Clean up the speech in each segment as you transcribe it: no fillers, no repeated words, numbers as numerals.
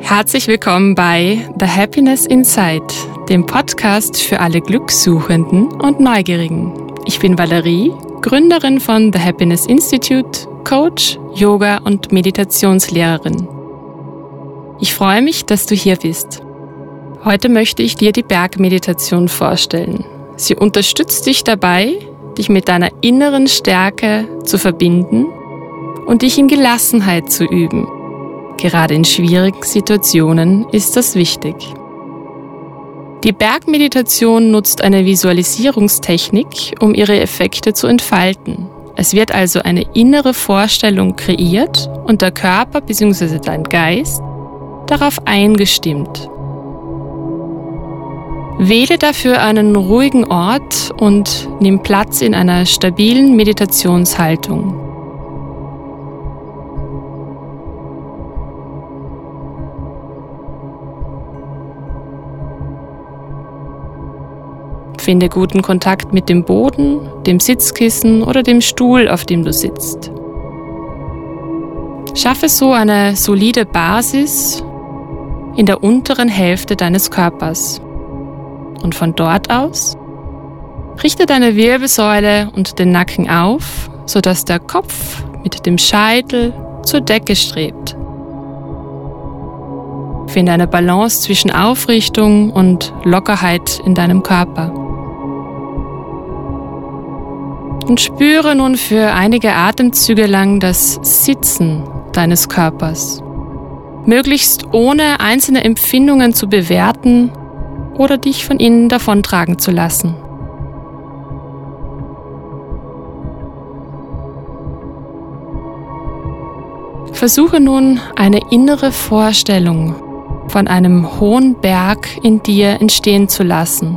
Herzlich willkommen bei The Happiness Inside, dem Podcast für alle Glückssuchenden und Neugierigen. Ich bin Valerie, Gründerin von The Happiness Institute, Coach, Yoga- und Meditationslehrerin. Ich freue mich, dass du hier bist. Heute möchte ich dir die Bergmeditation vorstellen. Sie unterstützt dich dabei, dich mit deiner inneren Stärke zu verbinden und dich in Gelassenheit zu üben. Gerade in schwierigen Situationen ist das wichtig. Die Bergmeditation nutzt eine Visualisierungstechnik, um ihre Effekte zu entfalten. Es wird also eine innere Vorstellung kreiert und der Körper bzw. dein Geist darauf eingestimmt. Wähle dafür einen ruhigen Ort und nimm Platz in einer stabilen Meditationshaltung. Finde guten Kontakt mit dem Boden, dem Sitzkissen oder dem Stuhl, auf dem du sitzt. Schaffe so eine solide Basis in der unteren Hälfte deines Körpers. Und von dort aus richte deine Wirbelsäule und den Nacken auf, sodass der Kopf mit dem Scheitel zur Decke strebt. Finde eine Balance zwischen Aufrichtung und Lockerheit in deinem Körper. Und spüre nun für einige Atemzüge lang das Sitzen deines Körpers. Möglichst ohne einzelne Empfindungen zu bewerten oder dich von ihnen davontragen zu lassen. Versuche nun eine innere Vorstellung von einem hohen Berg in dir entstehen zu lassen.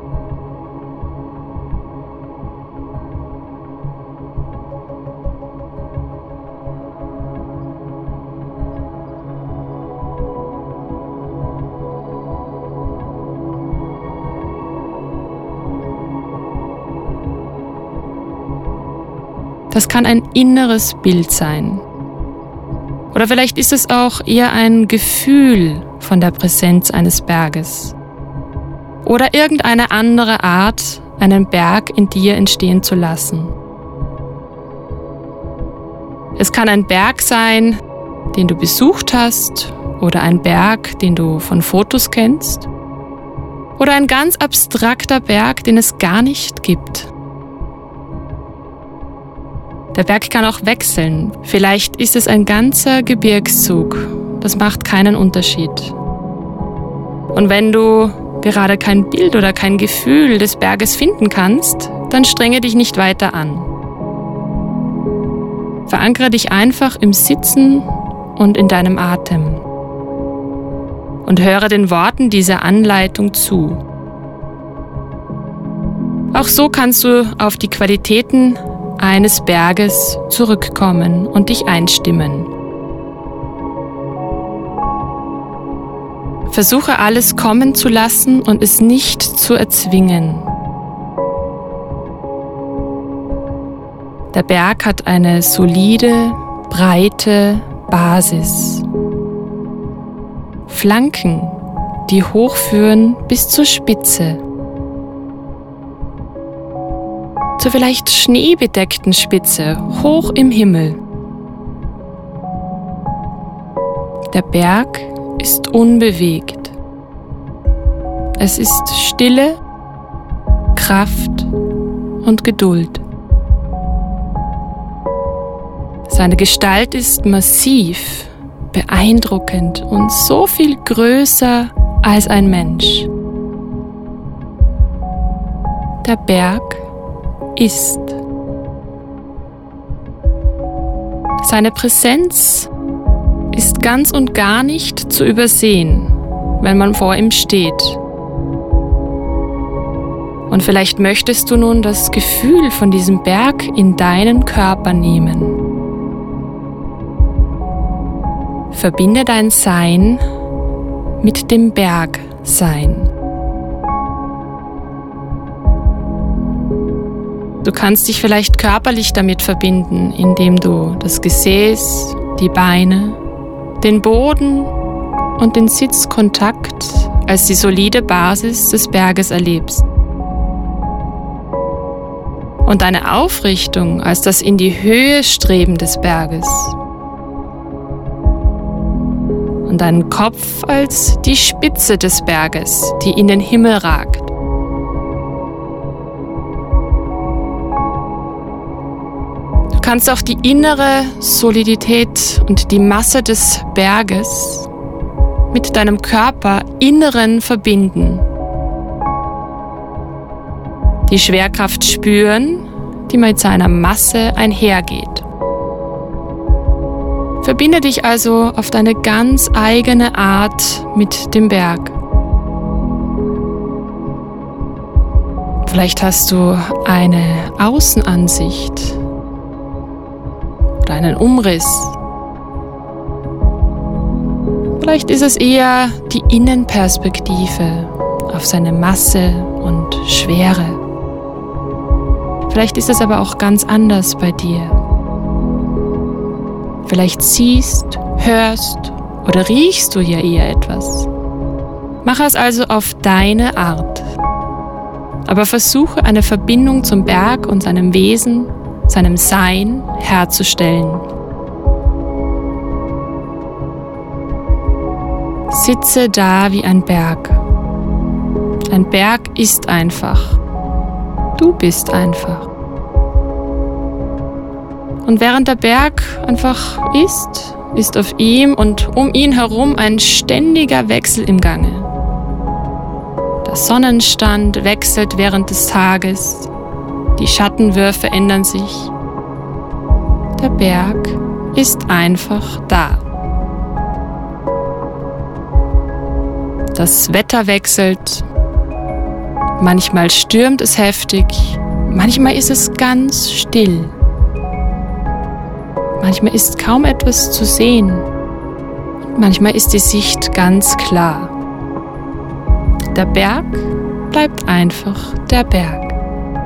Das kann ein inneres Bild sein. Oder vielleicht ist es auch eher ein Gefühl von der Präsenz eines Berges. Oder irgendeine andere Art, einen Berg in dir entstehen zu lassen. Es kann ein Berg sein, den du besucht hast, oder ein Berg, den du von Fotos kennst. Oder ein ganz abstrakter Berg, den es gar nicht gibt. Der Berg kann auch wechseln. Vielleicht ist es ein ganzer Gebirgszug. Das macht keinen Unterschied. Und wenn du gerade kein Bild oder kein Gefühl des Berges finden kannst, dann strenge dich nicht weiter an. Verankere dich einfach im Sitzen und in deinem Atem. Und höre den Worten dieser Anleitung zu. Auch so kannst du auf die Qualitäten eines Berges zurückkommen und dich einstimmen. Versuche alles kommen zu lassen und es nicht zu erzwingen. Der Berg hat eine solide, breite Basis. Flanken, die hochführen bis zur Spitze. Zur vielleicht schneebedeckten Spitze, hoch im Himmel. Der Berg ist unbewegt. Es ist Stille, Kraft und Geduld. Seine Gestalt ist massiv, beeindruckend und so viel größer als ein Mensch. Der Berg ist. Seine Präsenz ist ganz und gar nicht zu übersehen, wenn man vor ihm steht. Und vielleicht möchtest du nun das Gefühl von diesem Berg in deinen Körper nehmen. Verbinde dein Sein mit dem Bergsein. Du kannst dich vielleicht körperlich damit verbinden, indem du das Gesäß, die Beine, den Boden und den Sitzkontakt als die solide Basis des Berges erlebst. Und deine Aufrichtung als das in die Höhe Streben des Berges. Und deinen Kopf als die Spitze des Berges, die in den Himmel ragt. Du kannst auch die innere Solidität und die Masse des Berges mit deinem Körperinneren verbinden. Die Schwerkraft spüren, die mit seiner Masse einhergeht. Verbinde dich also auf deine ganz eigene Art mit dem Berg. Vielleicht hast du eine Außenansicht oder einen Umriss. Vielleicht ist es eher die Innenperspektive auf seine Masse und Schwere. Vielleicht ist es aber auch ganz anders bei dir. Vielleicht siehst, hörst oder riechst du ja eher etwas. Mach es also auf deine Art. Aber versuche eine Verbindung zum Berg und seinem Wesen, seinem Sein herzustellen. Sitze da wie ein Berg. Ein Berg ist einfach. Du bist einfach. Und während der Berg einfach ist auf ihm und um ihn herum ein ständiger Wechsel im Gange. Der Sonnenstand wechselt während des Tages, die Schattenwürfe ändern sich. Der Berg ist einfach da. Das Wetter wechselt, manchmal stürmt es heftig, manchmal ist es ganz still. Manchmal ist kaum etwas zu sehen und manchmal ist die Sicht ganz klar. Der Berg bleibt einfach der Berg.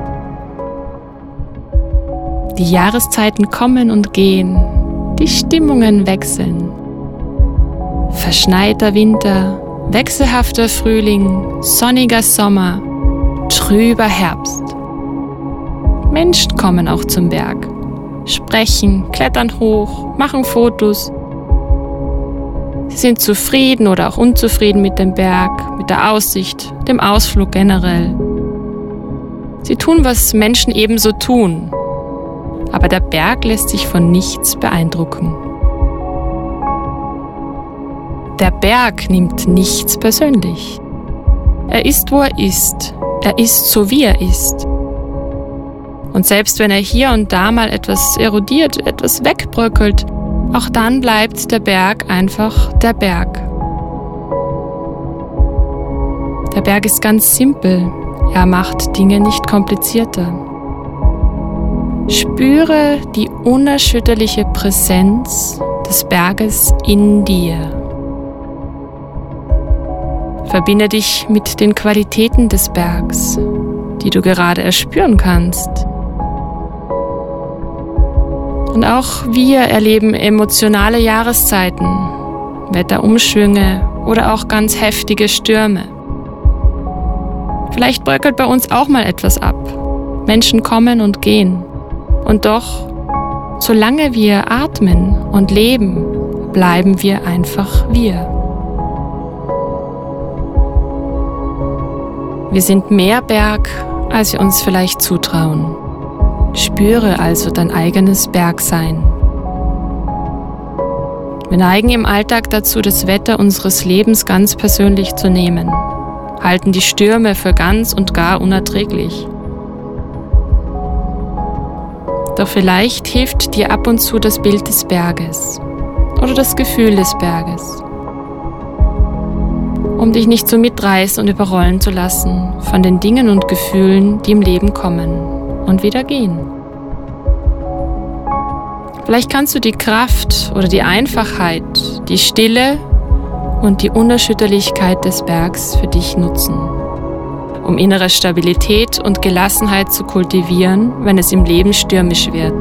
Die Jahreszeiten kommen und gehen, die Stimmungen wechseln. Verschneiter Winter, wechselhafter Frühling, sonniger Sommer, trüber Herbst. Menschen kommen auch zum Berg. Sprechen, klettern hoch, machen Fotos. Sie sind zufrieden oder auch unzufrieden mit dem Berg, mit der Aussicht, dem Ausflug generell. Sie tun, was Menschen ebenso tun. Aber der Berg lässt sich von nichts beeindrucken. Der Berg nimmt nichts persönlich. Er ist, wo er ist. Er ist so, wie er ist. Und selbst wenn er hier und da mal etwas erodiert, etwas wegbröckelt, auch dann bleibt der Berg einfach der Berg. Der Berg ist ganz simpel. Er macht Dinge nicht komplizierter. Spüre die unerschütterliche Präsenz des Berges in dir. Verbinde dich mit den Qualitäten des Bergs, die du gerade erspüren kannst. Und auch wir erleben emotionale Jahreszeiten, Wetterumschwünge oder auch ganz heftige Stürme. Vielleicht bröckelt bei uns auch mal etwas ab. Menschen kommen und gehen. Und doch, solange wir atmen und leben, bleiben wir einfach wir. Wir sind mehr Berg, als wir uns vielleicht zutrauen. Spüre also dein eigenes Bergsein. Wir neigen im Alltag dazu, das Wetter unseres Lebens ganz persönlich zu nehmen, halten die Stürme für ganz und gar unerträglich. Doch vielleicht hilft dir ab und zu das Bild des Berges oder das Gefühl des Berges, um dich nicht so mitreißen und überrollen zu lassen von den Dingen und Gefühlen, die im Leben kommen und wieder gehen. Vielleicht kannst du die Kraft oder die Einfachheit, die Stille und die Unerschütterlichkeit des Bergs für dich nutzen, um innere Stabilität und Gelassenheit zu kultivieren, wenn es im Leben stürmisch wird.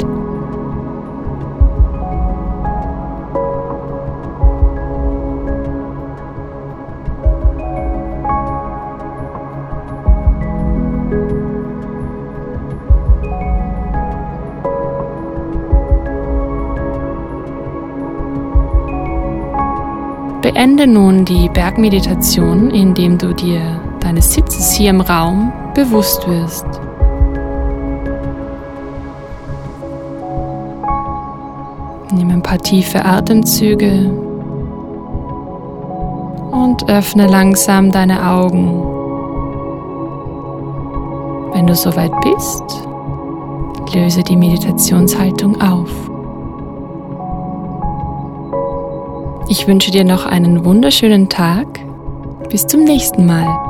Beende nun die Bergmeditation, indem du dir deines Sitzes hier im Raum bewusst wirst. Nimm ein paar tiefe Atemzüge und öffne langsam deine Augen. Wenn du soweit bist, löse die Meditationshaltung auf. Ich wünsche dir noch einen wunderschönen Tag. Bis zum nächsten Mal.